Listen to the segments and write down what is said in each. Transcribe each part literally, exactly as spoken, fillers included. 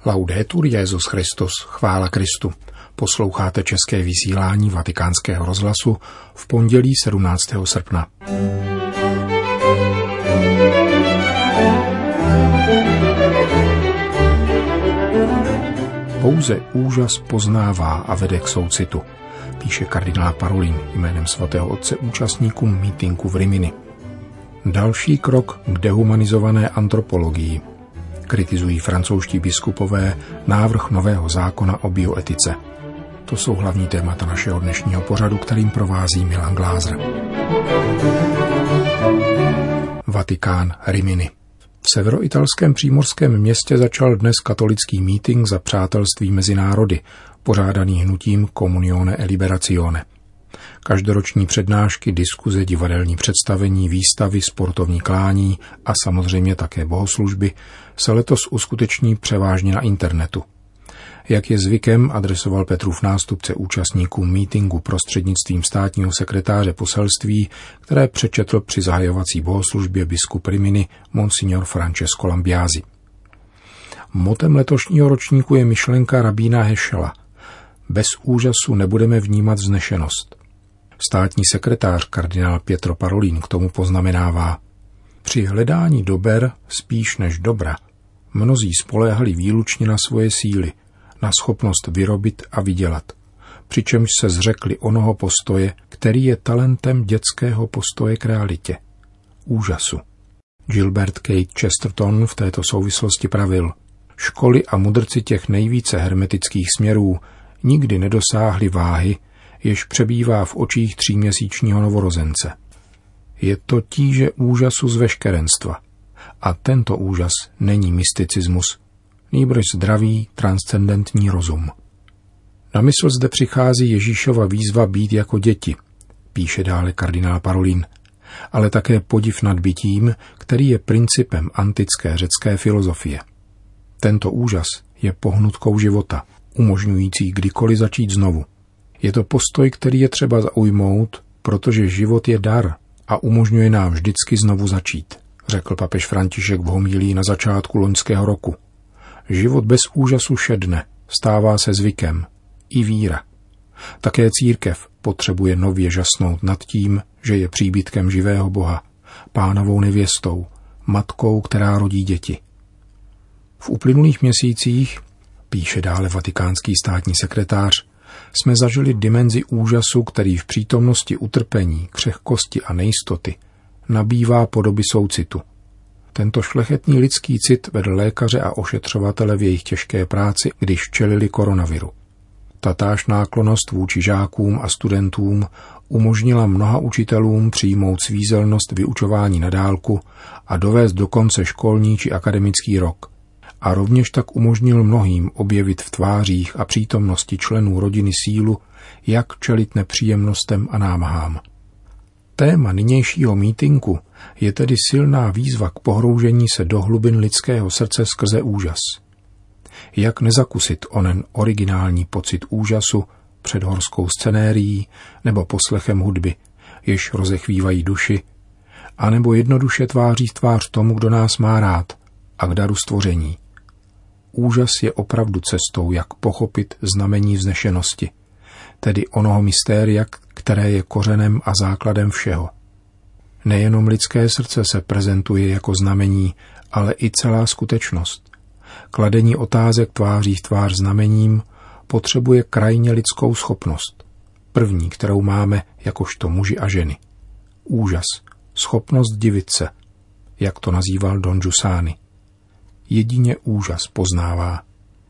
Laudetur Jesus Christus, chvála Kristu. Posloucháte české vysílání Vatikánského rozhlasu v pondělí sedmnáctého srpna. Pouze úžas poznává a vede k soucitu, píše kardinál Parolin jménem svatého otce účastníkům mítinku v Rimini. Další krok k dehumanizované antropologii. Kritizují francouzští biskupové návrh nového zákona o bioetice. To jsou hlavní témata našeho dnešního pořadu, kterým provází Milan Glázer. Vatikán, Rimini. V severoitalském přímořském městě začal dnes katolický mítink za přátelství mezi národy, pořádaný hnutím Comunione e Liberazione. Každoroční přednášky, diskuze, divadelní představení, výstavy, sportovní klání a samozřejmě také bohoslužby se letos uskuteční převážně na internetu. Jak je zvykem, adresoval Petrův nástupce účastníkům mítinku prostřednictvím státního sekretáře poselství, které přečetl při zahajovací bohoslužbě biskup Rimini Monsignor Francesco Lambiasi. Motem letošního ročníku je myšlenka rabína Heschela. Bez úžasu nebudeme vnímat vznešenost. Státní sekretář kardinál Pietro Parolin k tomu poznamenává: při hledání dober spíš než dobra mnozí spoléhali výlučně na svoje síly, na schopnost vyrobit a vydělat, přičemž se zřekli onoho postoje, který je talentem dětského postoje k realitě, úžasu. Gilbert K. Chesterton v této souvislosti pravil: školy a mudrci těch nejvíce hermetických směrů nikdy nedosáhli váhy, jež přebývá v očích tříměsíčního novorozence. Je to tíže úžasu z veškerenstva. A tento úžas není mysticismus, nýbrž zdravý, transcendentní rozum. Na mysl zde přichází Ježíšova výzva být jako děti, píše dále kardinál Parolin, ale také podiv nad bytím, který je principem antické řecké filozofie. Tento úžas je pohnutkou života, umožňující kdykoliv začít znovu. Je to postoj, který je třeba zaujmout, protože život je dar a umožňuje nám vždycky znovu začít, řekl papež František v homílii na začátku loňského roku. Život bez úžasu šedne, stává se zvykem, i víra. Také církev potřebuje nově žasnout nad tím, že je příbytkem živého Boha, Pánovou nevěstou, matkou, která rodí děti. V uplynulých měsících, píše dále vatikánský státní sekretář, jsme zažili dimenzi úžasu, který v přítomnosti utrpení, křehkosti a nejistoty nabývá podoby soucitu. Tento šlechetný lidský cit vedl lékaře a ošetřovatele v jejich těžké práci, když čelili koronaviru. Tatáž náklonnost vůči žákům a studentům umožnila mnoha učitelům přijmout svízelnost vyučování na dálku a dovést do konce školní či akademický rok. A rovněž tak umožnil mnohým objevit v tvářích a přítomnosti členů rodiny sílu, jak čelit nepříjemnostem a námahám. Téma nynějšího mítinku je tedy silná výzva k pohroužení se do hlubin lidského srdce skrze úžas. Jak nezakusit onen originální pocit úžasu před horskou scenérií nebo poslechem hudby, jež rozechvívají duši, anebo jednoduše tváří v tvář tomu, kdo nás má rád, a k daru stvoření. Úžas je opravdu cestou, jak pochopit znamení vznešenosti, tedy onoho mystéria, které je kořenem a základem všeho. Nejenom lidské srdce se prezentuje jako znamení, ale i celá skutečnost. Kladení otázek tváří v tvář znamením potřebuje krajně lidskou schopnost. První, kterou máme jakožto muži a ženy. Úžas, schopnost divit se, jak to nazýval Don Giussani. Jedině úžas poznává.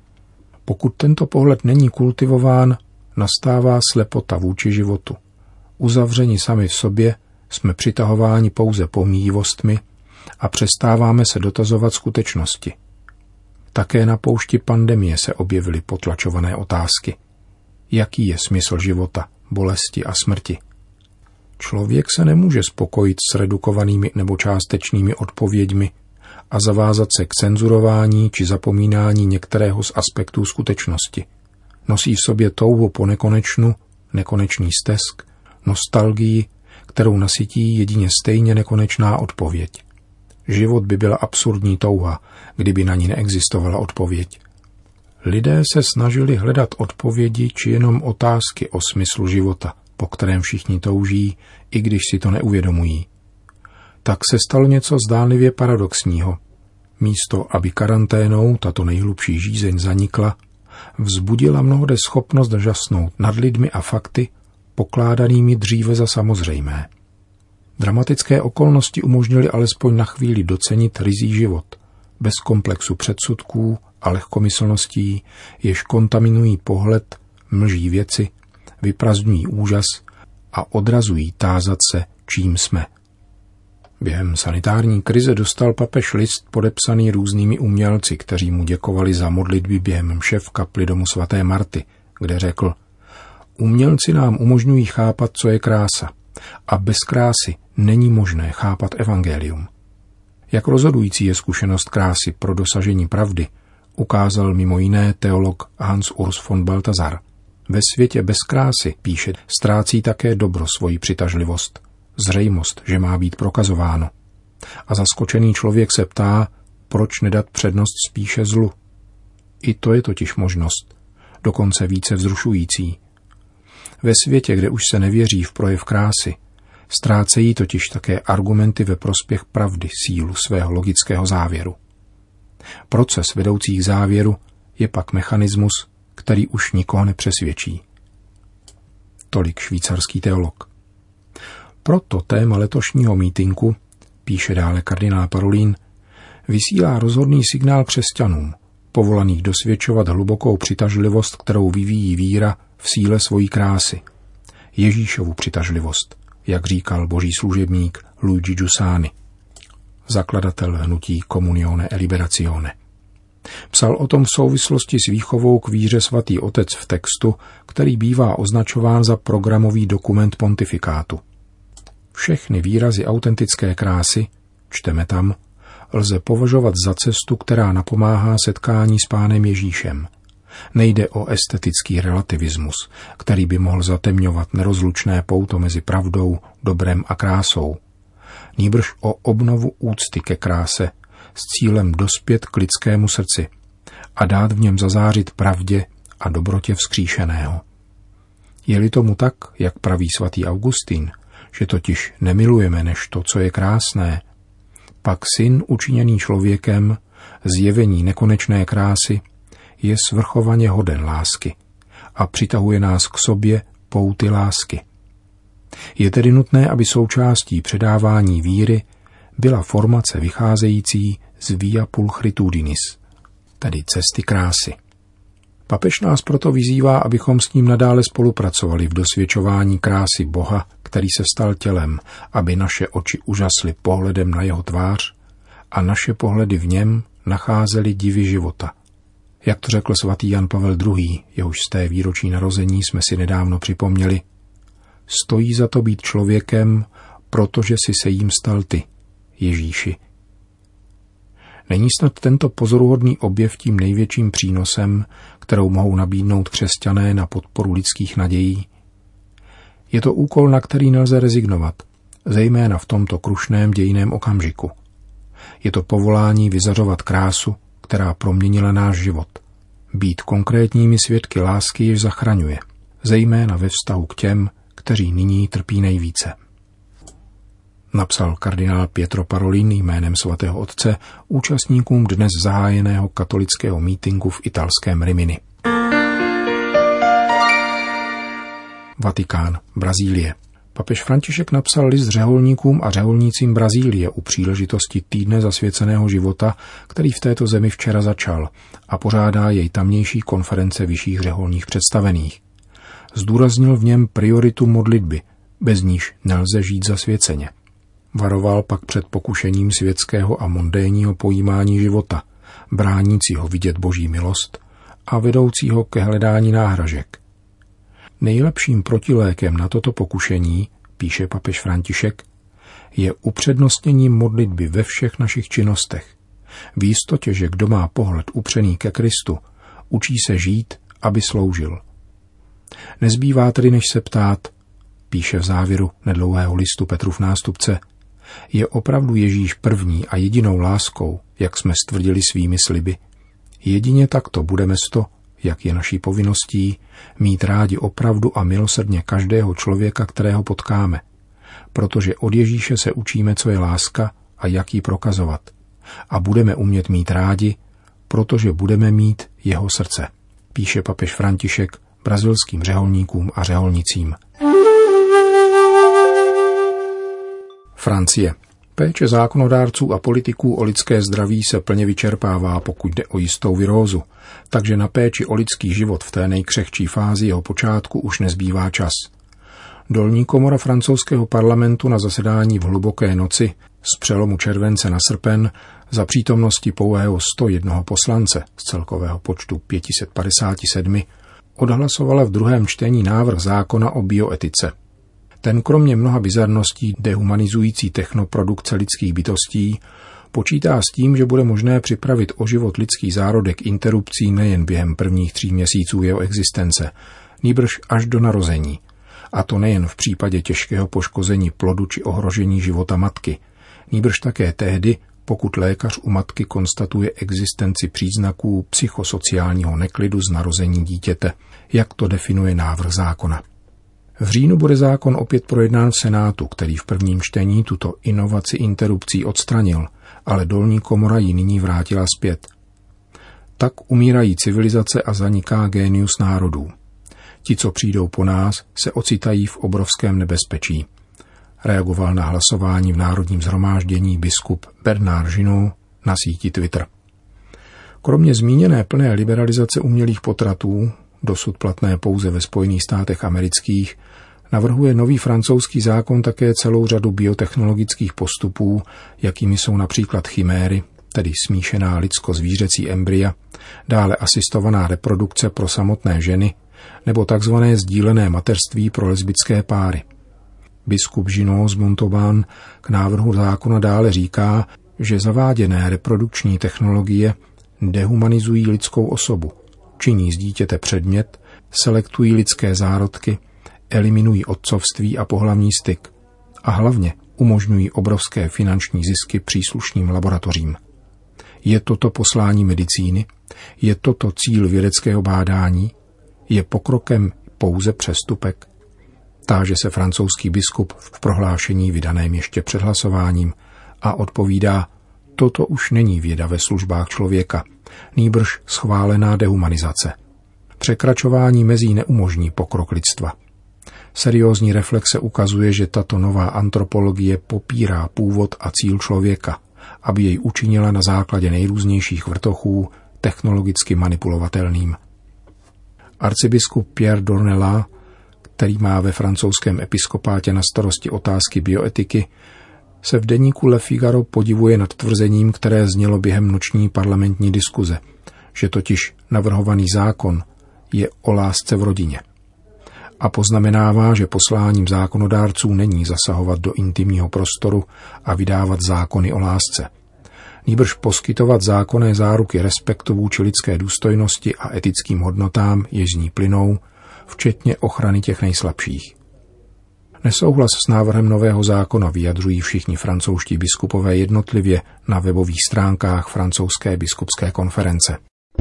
Pokud tento pohled není kultivován, nastává slepota vůči životu. Uzavřeni sami v sobě, jsme přitahováni pouze pomíjivostmi a přestáváme se dotazovat skutečnosti. Také na poušti pandemie se objevily potlačované otázky. Jaký je smysl života, bolesti a smrti? Člověk se nemůže spokojit s redukovanými nebo částečnými odpověďmi a zavázat se k cenzurování či zapomínání některého z aspektů skutečnosti. Nosí v sobě touhu po nekonečnu, nekonečný stesk, nostalgii, kterou nasytí jedině stejně nekonečná odpověď. Život by byla absurdní touha, kdyby na ní neexistovala odpověď. Lidé se snažili hledat odpovědi či jenom otázky o smyslu života, po kterém všichni touží, i když si to neuvědomují. Tak se stalo něco zdánlivě paradoxního. Místo, aby karanténou tato nejhlubší žízeň zanikla, vzbudila mnohde schopnost žasnout nad lidmi a fakty, pokládanými dříve za samozřejmé. Dramatické okolnosti umožnily alespoň na chvíli docenit ryzí život, bez komplexu předsudků a lehkomyslností, jež kontaminují pohled, mlží věci, vyprazdňují úžas a odrazují tázat se, čím jsme. Během sanitární krize dostal papež list podepsaný různými umělci, kteří mu děkovali za modlitby během mše v kapli domu svaté Marty, kde řekl: Umělci nám umožňují chápat, co je krása, a bez krásy není možné chápat evangelium. Jak rozhodující je zkušenost krásy pro dosažení pravdy, ukázal mimo jiné teolog Hans Urs von Balthasar. Ve světě bez krásy, píše, ztrácí také dobro svoji přitažlivost, zřejmost, že má být prokazováno. A zaskočený člověk se ptá, proč nedat přednost spíše zlu. I to je totiž možnost, dokonce více vzrušující. Ve světě, kde už se nevěří v projev krásy, ztrácejí totiž také argumenty ve prospěch pravdy sílu svého logického závěru. Proces vedoucí k závěru je pak mechanismus, který už nikoho nepřesvědčí. Tolik švýcarský teolog. Proto téma letošního mítinku, píše dále kardinál Parolin, vysílá rozhodný signál křesťanům, povolaných dosvědčovat hlubokou přitažlivost, kterou vyvíjí víra v síle svojí krásy. Ježíšovu přitažlivost, jak říkal boží služebník Luigi Giussani, zakladatel hnutí Comunione e Liberazione. Psal o tom v souvislosti s výchovou k víře svatý otec v textu, který bývá označován za programový dokument pontifikátu. Všechny výrazy autentické krásy, čteme tam, lze považovat za cestu, která napomáhá setkání s Pánem Ježíšem. Nejde o estetický relativismus, který by mohl zatemňovat nerozlučné pouto mezi pravdou, dobrem a krásou. Nýbrž o obnovu úcty ke kráse s cílem dospět k lidskému srdci a dát v něm zazářit pravdě a dobrotě vzkříšeného. Je-li tomu tak, jak praví svatý Augustín, že totiž nemilujeme než to, co je krásné, pak syn učiněný člověkem, zjevení nekonečné krásy, je svrchovaně hoden lásky a přitahuje nás k sobě pouty lásky. Je tedy nutné, aby součástí předávání víry byla formace vycházející z via pulchritudinis, tedy cesty krásy. Papež nás proto vyzývá, abychom s ním nadále spolupracovali v dosvědčování krásy Boha, který se stal tělem, aby naše oči užasly pohledem na jeho tvář a naše pohledy v něm nacházely divy života. Jak to řekl svatý Jan Pavel druhý., jehož z té výročí narození jsme si nedávno připomněli, stojí za to být člověkem, protože si se jím stal ty, Ježíši. Není snad tento pozoruhodný objev tím největším přínosem, kterou mohou nabídnout křesťané na podporu lidských nadějí? Je to úkol, na který nelze rezignovat, zejména v tomto krušném dějinném okamžiku. Je to povolání vyzařovat krásu, která proměnila náš život. Být konkrétními svědky lásky, jež zachraňuje, zejména ve vztahu k těm, kteří nyní trpí nejvíce. Napsal kardinál Pietro Parolin jménem svatého otce účastníkům dnes zahájeného katolického mítinku v italském Rimini. Vatikán, Brazílie. Papež František napsal list řeholníkům a řeholnícím Brazílie u příležitosti týdne zasvěceného života, který v této zemi včera začal, a pořádá jej tamnější konference vyšších řeholních představených. Zdůraznil v něm prioritu modlitby, bez níž nelze žít zasvěceně. Varoval pak před pokušením světského a mondénního pojímání života, bránícího vidět boží milost a vedoucího ke hledání náhražek. Nejlepším protilékem na toto pokušení, píše papež František, je upřednostnění modlitby ve všech našich činnostech. V jistotě, že kdo má pohled upřený ke Kristu, učí se žít, aby sloužil. Nezbývá tedy než se ptát, píše v závěru nedlouhého listu Petrův nástupce, je opravdu Ježíš první a jedinou láskou, jak jsme stvrdili svými sliby. Jedině takto budeme sto jak je naší povinností, mít rádi opravdu a milosrdně každého člověka, kterého potkáme, protože od Ježíše se učíme, co je láska a jak ji prokazovat. A budeme umět mít rádi, protože budeme mít jeho srdce, píše papež František brazilským řeholníkům a řeholnicím. Francie. Péče zákonodárců a politiků o lidské zdraví se plně vyčerpává, pokud jde o jistou virózu, takže na péči o lidský život v té nejkřehčí fázi jeho počátku už nezbývá čas. Dolní komora francouzského parlamentu na zasedání v hluboké noci z přelomu července na srpen za přítomnosti pouhého sto jednoho poslance z celkového počtu pět set padesát sedm odhlasovala v druhém čtení návrh zákona o bioetice. Ten kromě mnoha bizarností dehumanizující technoprodukce lidských bytostí počítá s tím, že bude možné připravit o život lidský zárodek interrupcí nejen během prvních tří měsíců jeho existence, nýbrž až do narození. A to nejen v případě těžkého poškození plodu či ohrožení života matky, nýbrž také tehdy, pokud lékař u matky konstatuje existenci příznaků psychosociálního neklidu z narození dítěte, jak to definuje návrh zákona. V říjnu bude zákon opět projednán v Senátu, který v prvním čtení tuto inovaci interrupcí odstranil, ale dolní komora ji nyní vrátila zpět. Tak umírají civilizace a zaniká génius národů. Ti, co přijdou po nás, se ocitají v obrovském nebezpečí. Reagoval na hlasování v Národním shromáždění biskup Bernard Ginot na síti Twitter. Kromě zmíněné plné liberalizace umělých potratů, dosud platné pouze ve Spojených státech amerických, navrhuje nový francouzský zákon také celou řadu biotechnologických postupů, jakými jsou například chiméry, tedy smíšená lidsko-zvířecí embrya, dále asistovaná reprodukce pro samotné ženy, nebo takzvané sdílené mateřství pro lesbické páry. Biskup Ginot z Montauban k návrhu zákona dále říká, že zaváděné reprodukční technologie dehumanizují lidskou osobu, činí z dítěte předmět, selektují lidské zárodky, eliminují otcovství a pohlavní styk a hlavně umožňují obrovské finanční zisky příslušným laboratořím. Je toto poslání medicíny? Je toto cíl vědeckého bádání? Je pokrokem pouze přestupek? Táže se francouzský biskup v prohlášení vydaném ještě před hlasováním a odpovídá, toto už není věda ve službách člověka, nýbrž schválená dehumanizace. Překračování mezí neumožní pokrok lidstva. Seriózní reflexe ukazuje, že tato nová antropologie popírá původ a cíl člověka, aby jej učinila na základě nejrůznějších vrtochů technologicky manipulovatelným. Arcibiskup Pierre Dornelas, který má ve francouzském episkopátě na starosti otázky bioetiky, se v deníku Le Figaro podivuje nad tvrzením, které znělo během noční parlamentní diskuze, že totiž navrhovaný zákon je o lásce v rodině. A poznamenává, že posláním zákonodárců není zasahovat do intimního prostoru a vydávat zákony o lásce. Nýbrž poskytovat zákonné záruky respektu vůči lidské důstojnosti a etickým hodnotám, jež z ní plynou, včetně ochrany těch nejslabších. Nesouhlas s návrhem nového zákona vyjadřují všichni francouzští biskupové jednotlivě na webových stránkách francouzské biskupské konference.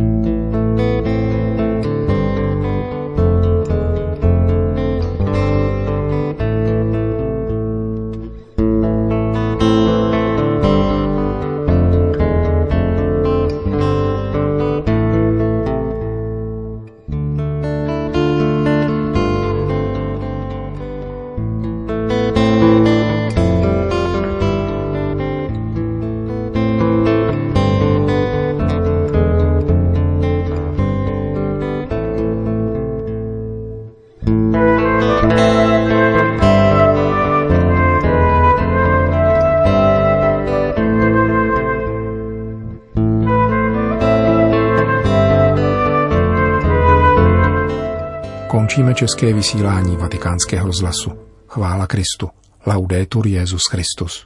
Končíme české vysílání Vatikánského rozhlasu. Chvála Kristu. Laudetur Jesus Christus.